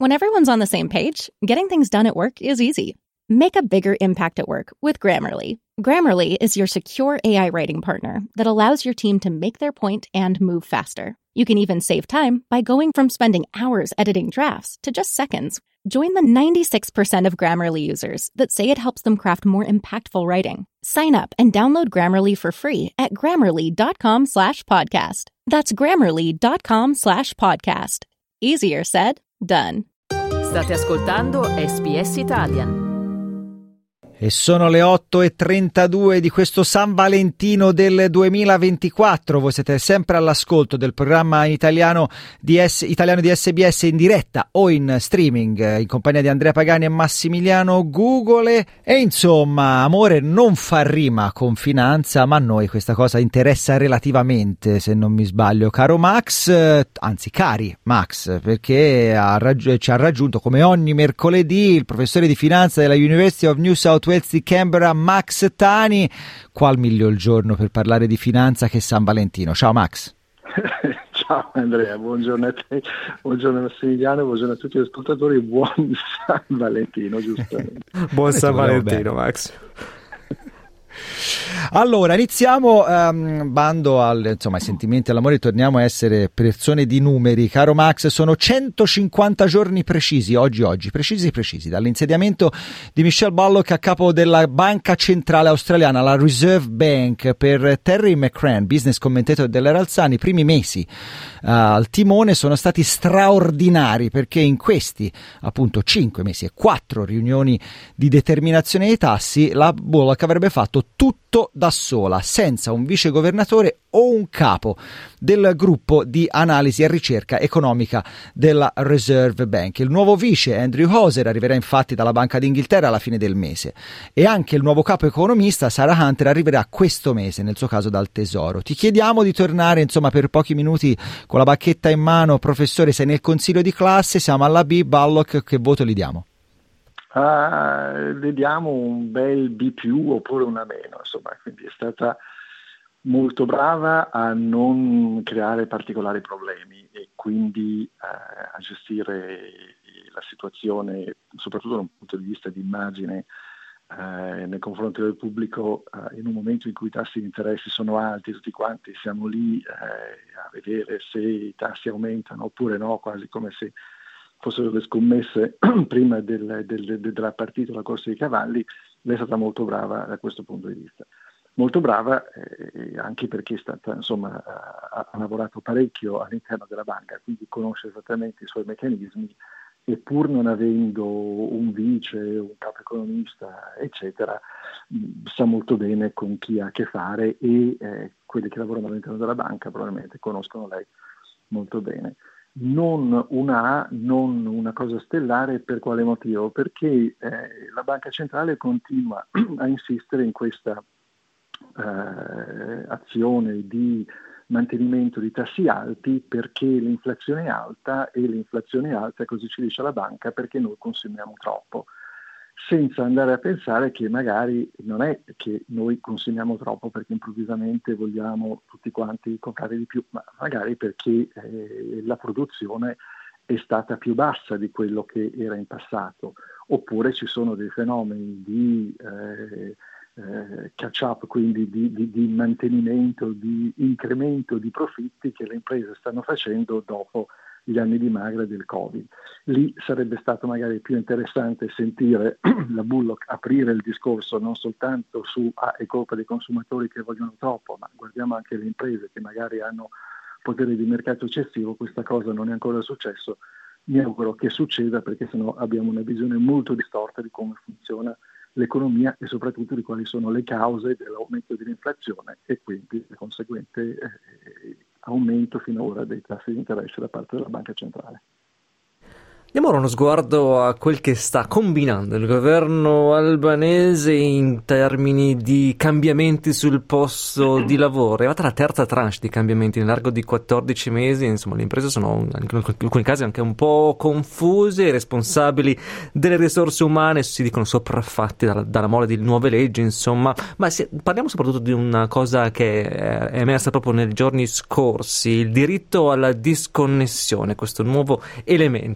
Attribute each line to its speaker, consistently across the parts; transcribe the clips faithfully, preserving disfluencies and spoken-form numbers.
Speaker 1: When everyone's on the same page, getting things done at work is easy. Make a bigger impact at work with Grammarly. Grammarly is your secure A I writing partner that allows your team to make their point and move faster. You can even save time by going from spending hours editing drafts to just seconds. Join the ninety-six percent of Grammarly users that say it helps them craft more impactful writing. Sign up and download Grammarly for free at grammarly.com slash podcast. That's grammarly.com slash podcast. Easier said, done.
Speaker 2: State ascoltando S B S Italian.
Speaker 3: E sono le otto e trentadue di questo San Valentino del duemilaventiquattro. Voi siete sempre all'ascolto del programma in italiano di, S- italiano di S B S in diretta o in streaming in compagnia di Andrea Pagani e Massimiliano Gugole. E insomma, amore non fa rima con finanza, ma a noi questa cosa interessa relativamente, se non mi sbaglio, caro Max, anzi cari Max, perché ha raggi- ci ha raggiunto come ogni mercoledì il professore di finanza della University of New South Wales di Canberra, Max Tani. Qual miglior giorno per parlare di finanza che San Valentino? Ciao Max.
Speaker 4: Ciao Andrea, buongiorno a te, buongiorno Massimiliano, buongiorno a tutti gli ascoltatori, buon San Valentino, giustamente.
Speaker 5: Buon San Valentino, Max.
Speaker 3: Allora, iniziamo, um, bando al, insomma, ai sentimenti, all'amore, torniamo a essere persone di numeri. Caro Max, sono centocinquanta giorni precisi, oggi oggi, precisi precisi, dall'insediamento di Michelle Bullock a capo della banca centrale australiana, la Reserve Bank. Per Terry McCrann, business commentator dell'Herald Sun, i primi mesi uh, al timone sono stati straordinari, perché in questi appunto cinque mesi e quattro riunioni di determinazione dei tassi, la Bullock avrebbe fatto tutto da sola, senza un vice governatore o un capo del gruppo di analisi e ricerca economica della Reserve Bank. Il nuovo vice, Andrew Hauser, arriverà infatti dalla Banca d'Inghilterra alla fine del mese, e anche il nuovo capo economista, Sarah Hunter, arriverà questo mese, nel suo caso dal Tesoro. Ti chiediamo di tornare, insomma, per pochi minuti con la bacchetta in mano. Professore, sei nel consiglio di classe, siamo alla B, Bullock, che voto gli diamo?
Speaker 4: Uh, vediamo un bel B più oppure una meno, insomma, quindi è stata molto brava a non creare particolari problemi e quindi uh, a gestire la situazione, soprattutto da un punto di vista di immagine uh, nei confronti del pubblico, uh, in un momento in cui i tassi di interessi sono alti, tutti quanti siamo lì uh, a vedere se i tassi aumentano oppure no, quasi come se fossero le scommesse prima del, del, del, della partita, la corsa dei cavalli. Lei è stata molto brava da questo punto di vista. Molto brava eh, anche perché è stata, insomma, ha, ha lavorato parecchio all'interno della banca, quindi conosce esattamente i suoi meccanismi, e pur non avendo un vice, un capo economista, eccetera, mh, sa molto bene con chi ha a che fare, e eh, quelli che lavorano all'interno della banca probabilmente conoscono lei molto bene. Non una A, non una cosa stellare. Per quale motivo? Perché eh, la banca centrale continua a insistere in questa eh, azione di mantenimento di tassi alti, perché l'inflazione è alta, e l'inflazione è alta, così ci dice la banca, perché noi consumiamo troppo, senza andare a pensare che magari non è che noi consumiamo troppo perché improvvisamente vogliamo tutti quanti comprare di più, ma magari perché eh, la produzione è stata più bassa di quello che era in passato, oppure ci sono dei fenomeni di eh, eh, catch up, quindi di, di, di mantenimento, di incremento di profitti che le imprese stanno facendo dopo gli anni di magra del Covid. Lì sarebbe stato magari più interessante sentire la Bullock aprire il discorso non soltanto su ah, è colpa dei consumatori che vogliono troppo, ma guardiamo anche le imprese che magari hanno potere di mercato eccessivo. Questa cosa non è ancora successo. Mi auguro che succeda, perché sennò abbiamo una visione molto distorta di come funziona l'economia e soprattutto di quali sono le cause dell'aumento dell'inflazione e quindi il conseguente eh, aumento finora dei tassi di interesse da parte della banca centrale.
Speaker 5: Diamo ora uno sguardo a quel che sta combinando il governo albanese in termini di cambiamenti sul posto di lavoro. È arrivata la terza tranche di cambiamenti nell'arco di quattordici mesi. Insomma, le imprese sono in alcuni casi anche un po' confuse, i responsabili delle risorse umane si dicono sopraffatti dalla, dalla mole di nuove leggi, insomma. Ma se, parliamo soprattutto di una cosa che è emersa proprio nei giorni scorsi: il diritto alla disconnessione, questo nuovo elemento, ecco, introdotto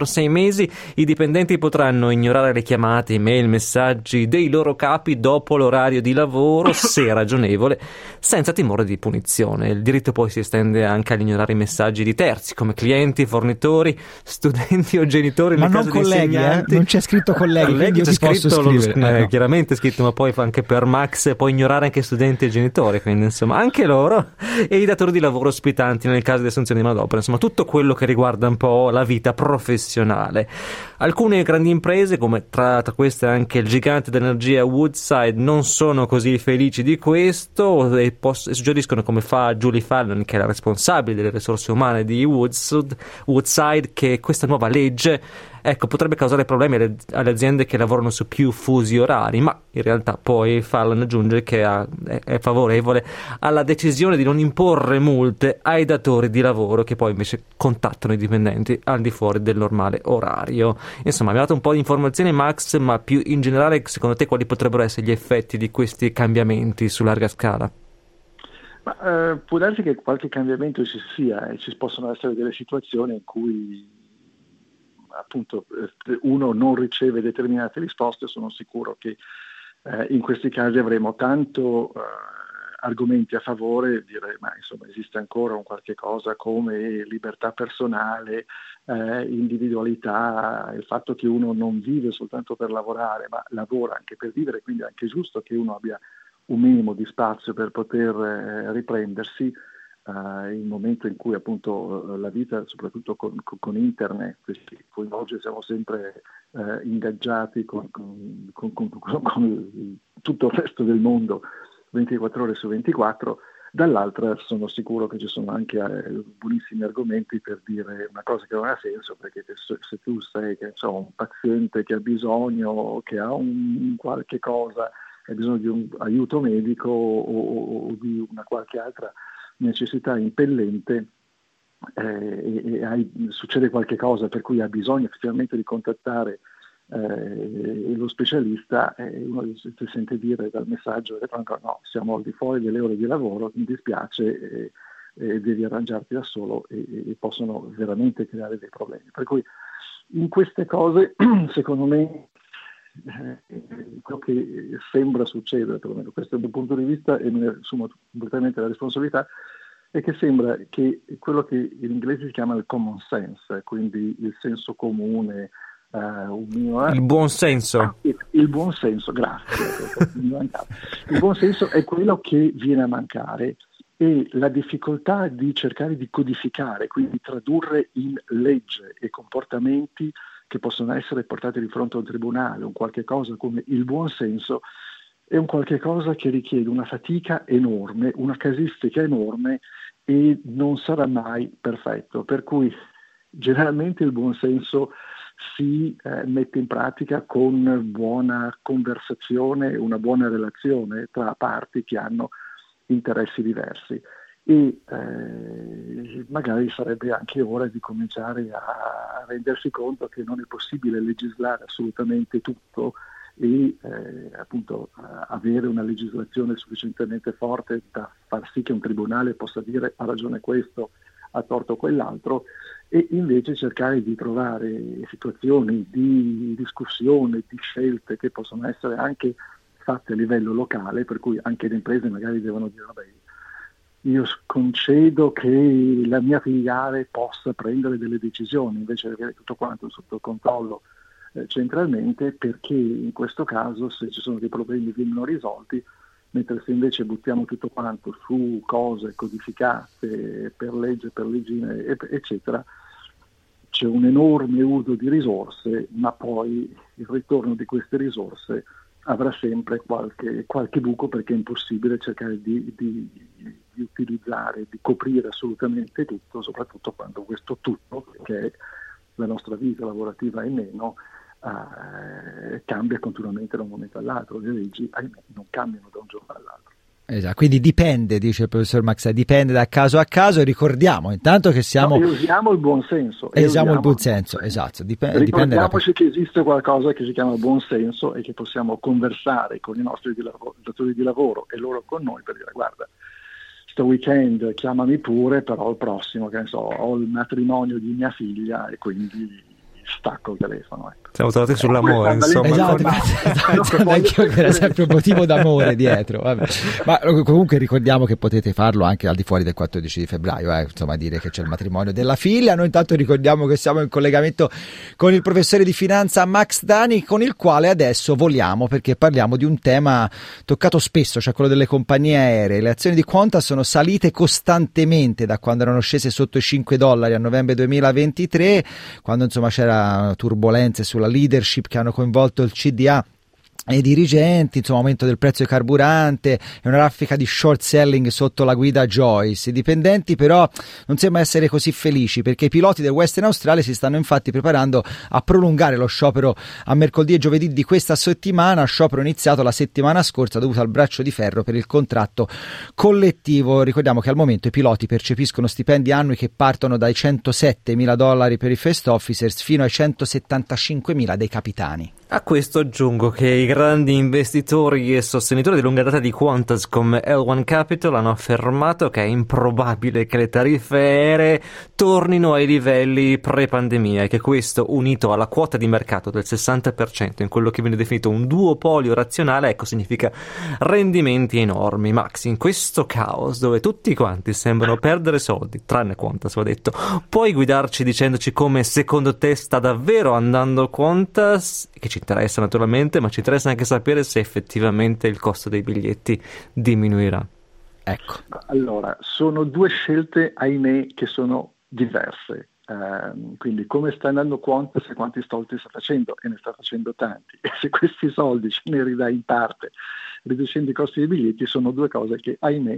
Speaker 5: entro sei mesi i dipendenti potranno ignorare le chiamate, email, messaggi dei loro capi dopo l'orario di lavoro, se ragionevole, senza timore di punizione. Il diritto poi si estende anche all'ignorare i messaggi di terzi, come clienti, fornitori, studenti o genitori.
Speaker 3: Ma
Speaker 5: nel
Speaker 3: non
Speaker 5: caso
Speaker 3: colleghi,
Speaker 5: di insegnanti.
Speaker 3: eh? Non c'è scritto colleghi,
Speaker 5: Colleghi
Speaker 3: quindi io
Speaker 5: c'è
Speaker 3: ti posso
Speaker 5: scritto, lo-
Speaker 3: scrivere.
Speaker 5: eh,
Speaker 3: Eh, no.
Speaker 5: chiaramente scritto, ma poi fa anche per Max, può ignorare anche studenti e genitori, quindi insomma anche loro, e i datori di lavoro ospitanti nel caso di assunzione di manodopera, insomma tutto quello che riguarda un po' la vita professionale. Alcune grandi imprese, come tra, tra queste anche il gigante dell'energia Woodside, non sono così felici di questo e poss- suggeriscono, come fa Julie Fallon, che è la responsabile delle risorse umane di Woodside, Woodside che questa nuova legge, ecco, potrebbe causare problemi alle, alle aziende che lavorano su più fusi orari, ma in realtà poi Fallon aggiunge che ha, è, è favorevole alla decisione di non imporre multe ai datori di lavoro che poi invece contattano i dipendenti al di fuori del normale orario. Insomma, abbiamo dato un po' di informazioni, Max, ma più in generale, secondo te quali potrebbero essere gli effetti di questi cambiamenti su larga scala?
Speaker 4: Ma, eh, può darsi che qualche cambiamento ci sia e ci possono essere delle situazioni in cui appunto uno non riceve determinate risposte. Sono sicuro che eh, in questi casi avremo tanto eh, argomenti a favore, dire ma insomma esiste ancora un qualche cosa come libertà personale, eh, individualità, il fatto che uno non vive soltanto per lavorare ma lavora anche per vivere, quindi è anche giusto che uno abbia un minimo di spazio per poter eh, riprendersi. Uh, il momento in cui appunto la vita, soprattutto con, con, con internet, poi oggi siamo sempre uh, ingaggiati con, con, con, con, con tutto il resto del mondo ventiquattro ore su ventiquattro, dall'altra sono sicuro che ci sono anche eh, buonissimi argomenti per dire una cosa che non ha senso, perché se, se tu sei che, insomma, un paziente che ha bisogno, che ha un qualche cosa, che ha bisogno di un aiuto medico o, o, o di una qualche altra necessità impellente, eh, e, e hai, succede qualche cosa per cui ha bisogno effettivamente di contattare eh, lo specialista, e uno si sente dire dal messaggio no, siamo al di fuori delle ore di lavoro, mi dispiace, e, e devi arrangiarti da solo, e, e possono veramente creare dei problemi. Per cui in queste cose secondo me eh, quello che sembra succedere, perlomeno questo è il mio punto di vista e me ne assumo completamente la responsabilità, è che sembra che quello che in inglese si chiama il common sense, quindi il senso comune, eh, un mio,
Speaker 5: il buon senso
Speaker 4: il, il buon senso, grazie il buon senso è quello che viene a mancare, e la difficoltà di cercare di codificare, quindi tradurre in legge e comportamenti che possono essere portati di fronte a un tribunale, un qualche cosa come il buon senso, è un qualche cosa che richiede una fatica enorme, una casistica enorme, e non sarà mai perfetto. Per cui generalmente il buon senso si eh, mette in pratica con buona conversazione, una buona relazione tra parti che hanno interessi diversi. E eh, magari sarebbe anche ora di cominciare a rendersi conto che non è possibile legislare assolutamente tutto e eh, appunto avere una legislazione sufficientemente forte da far sì che un tribunale possa dire ha ragione questo, ha torto quell'altro, e invece cercare di trovare situazioni di discussione, di scelte che possono essere anche fatte a livello locale, per cui anche le imprese magari devono dire vabbè, io concedo che la mia filiale possa prendere delle decisioni invece di avere tutto quanto sotto controllo eh, centralmente, perché in questo caso se ci sono dei problemi vengono risolti, mentre se invece buttiamo tutto quanto su cose codificate per legge, per legine eccetera, c'è un enorme uso di risorse, ma poi il ritorno di queste risorse avrà sempre qualche, qualche buco, perché è impossibile cercare di, di, di utilizzare, di coprire assolutamente tutto, soprattutto quando questo tutto, che è la nostra vita lavorativa e meno, eh, cambia continuamente da un momento all'altro. Le leggi, ahimè, non cambiano da un giorno all'altro.
Speaker 3: Esatto, quindi dipende, dice il professor Max, dipende da caso a caso, e ricordiamo intanto che siamo...
Speaker 4: No, e usiamo il buon senso.
Speaker 3: E usiamo il buon senso, esatto. Dip-
Speaker 4: Ricordiamoci da... che esiste qualcosa che si chiama buon senso e che possiamo conversare con i nostri datori di lavoro e loro con noi per dire guarda, sto weekend chiamami pure, però il prossimo, che ne so, ho il matrimonio di mia figlia e quindi stacco il telefono. Ecco.
Speaker 5: Siamo tornati sull'amore,
Speaker 4: eh,
Speaker 5: insomma.
Speaker 3: Esatto, esatto, anche era sempre un motivo d'amore dietro. Vabbè. Ma comunque ricordiamo che potete farlo anche al di fuori del quattordici di febbraio, eh, insomma, dire che c'è il matrimonio della figlia. Noi intanto ricordiamo che siamo in collegamento con il professore di finanza Max Dani, con il quale adesso voliamo, perché parliamo di un tema toccato spesso, cioè quello delle compagnie aeree. Le azioni di Qantas sono salite costantemente da quando erano scese sotto i cinque dollari a novembre duemilaventitré, quando insomma c'era turbolenze sulla leadership che hanno coinvolto il C D A e i dirigenti, insomma aumento del prezzo del carburante e una raffica di short selling sotto la guida Joyce. I dipendenti però non sembrano essere così felici, perché i piloti del Western Australia si stanno infatti preparando a prolungare lo sciopero a mercoledì e giovedì di questa settimana, sciopero iniziato la settimana scorsa dovuto al braccio di ferro per il contratto collettivo. Ricordiamo che al momento i piloti percepiscono stipendi annui che partono dai centosettemila dollari per i first officers fino ai centosettantacinquemila dei capitani.
Speaker 5: A questo aggiungo che i grandi investitori e sostenitori di lunga data di Qantas come L uno Capital hanno affermato che è improbabile che le tariffe aeree tornino ai livelli pre-pandemia e che questo, unito alla quota di mercato del sessanta per cento in quello che viene definito un duopolio razionale, ecco, significa rendimenti enormi. Max, in questo caos dove tutti quanti sembrano perdere soldi, tranne Qantas, va detto, puoi guidarci dicendoci come secondo te sta davvero andando Qantas, che ci interessa naturalmente, ma ci interessa anche sapere se effettivamente il costo dei biglietti diminuirà.
Speaker 3: Ecco.
Speaker 4: Allora, sono due scelte, ahimè, che sono diverse. Uh, quindi come sta andando Qantas e quanti soldi sta facendo, e ne sta facendo tanti, e se questi soldi ce ne ridà in parte riducendo i costi dei biglietti, sono due cose che, ahimè,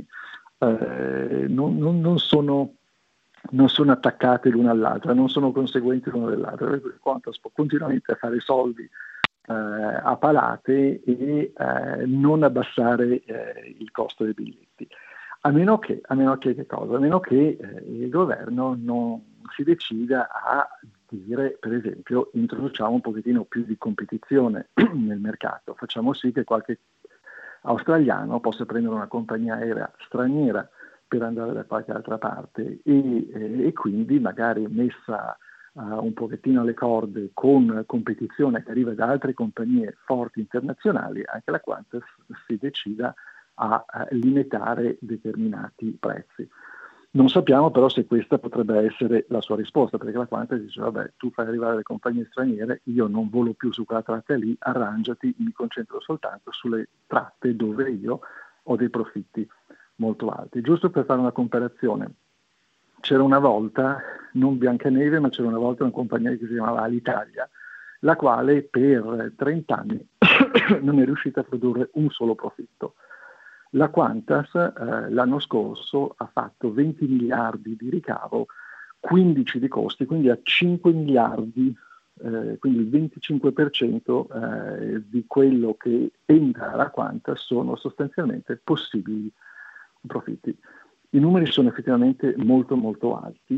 Speaker 4: uh, non, non, non sono non sono attaccate l'una all'altra, non sono conseguenti l'una dell'altra, perché Qantas può continuamente a fare soldi eh, a palate e eh, non abbassare eh, il costo dei biglietti, a meno che, a meno che, che cosa? A meno che eh, il governo non si decida a dire, per esempio, introduciamo un pochettino più di competizione nel mercato, facciamo sì che qualche australiano possa prendere una compagnia aerea straniera per andare da qualche altra parte e, e, e quindi magari messa uh, un pochettino alle corde con competizione che arriva da altre compagnie forti internazionali, anche la Qantas si decida a, a limitare determinati prezzi. Non sappiamo però se questa potrebbe essere la sua risposta, perché la Qantas dice vabbè, tu fai arrivare le compagnie straniere, io non volo più su quella tratta lì, arrangiati, mi concentro soltanto sulle tratte dove io ho dei profitti molto alti. Giusto per fare una comparazione, c'era una volta, non Biancaneve, ma c'era una volta una compagnia che si chiamava Alitalia, la quale per trenta anni non è riuscita a produrre un solo profitto. La Qantas eh, l'anno scorso ha fatto venti miliardi di ricavo, quindici di costi, quindi a cinque miliardi, eh, quindi il venticinque per cento eh, di quello che entra alla Qantas sono sostanzialmente possibili profitti. I numeri sono effettivamente molto molto alti,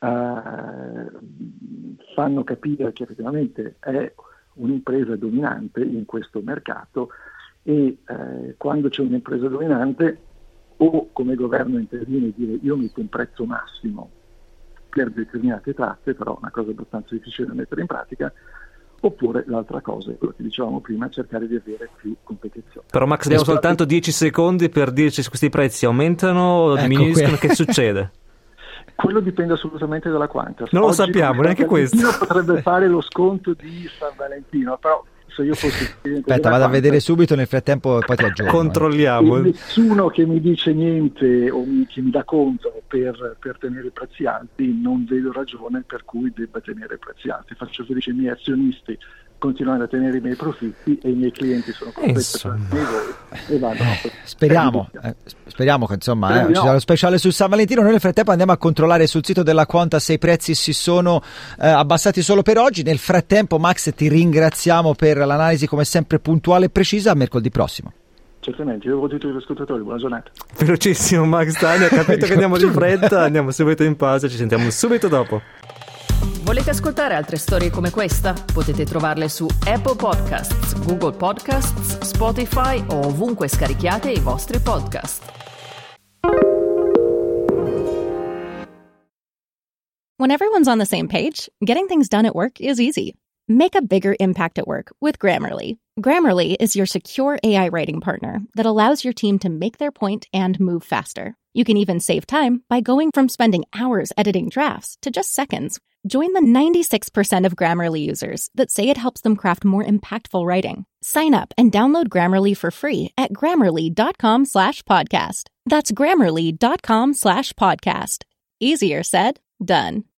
Speaker 4: eh, fanno capire che effettivamente è un'impresa dominante in questo mercato e eh, quando c'è un'impresa dominante o come governo interviene e dire io metto un prezzo massimo per determinate tratte, però una cosa abbastanza difficile da mettere in pratica, oppure l'altra cosa è quello che dicevamo prima, cercare di avere più competizione.
Speaker 5: Però Max, abbiamo soltanto dieci secondi per dirci se questi prezzi aumentano o
Speaker 3: ecco
Speaker 5: diminuiscono,
Speaker 3: que-
Speaker 5: che succede?
Speaker 4: Quello dipende assolutamente dalla Qantas.
Speaker 5: Non lo
Speaker 4: Oggi,
Speaker 5: sappiamo, neanche questo.
Speaker 4: Potrebbe fare lo sconto di San Valentino, però se io fossi
Speaker 3: aspetta, vado a vedere subito, nel frattempo poi ti aggiorno.
Speaker 5: Controlliamo.
Speaker 4: E nessuno che mi dice niente o mi, che mi dà conto per, per tenere i prezzi alti, non vedo ragione per cui debba tenere i prezzi alti. Faccio felice i miei azionisti continuare a tenere i miei profitti e i miei clienti sono completamente e vanno.
Speaker 3: Eh, speriamo, eh, speriamo che insomma
Speaker 4: speriamo
Speaker 3: eh, ci sarà lo speciale su San Valentino. Noi nel frattempo andiamo a controllare sul sito della Qantas se i prezzi si sono eh, abbassati solo per oggi. Nel frattempo, Max, ti ringraziamo per l'analisi come sempre puntuale e precisa. A mercoledì prossimo.
Speaker 4: Certamente, io voglio tutti gli ascoltatori, buona giornata.
Speaker 5: Velocissimo Max Dani, ho capito che andiamo di fretta, andiamo subito in pausa, ci sentiamo subito dopo.
Speaker 2: Volete ascoltare altre storie come questa? Potete trovarle su Apple Podcasts, Google Podcasts, Spotify o ovunque scarichiate i vostri podcast.
Speaker 1: When everyone's on the same page, getting things done at work is easy. Make a bigger impact at work with Grammarly. Grammarly is your secure A I writing partner that allows your team to make their point and move faster. You can even save time by going from spending hours editing drafts to just seconds. Join the ninety-six percent of Grammarly users that say it helps them craft more impactful writing. Sign up and download Grammarly for free at grammarly.com slash podcast. That's grammarly.com slash podcast. Easier said, done.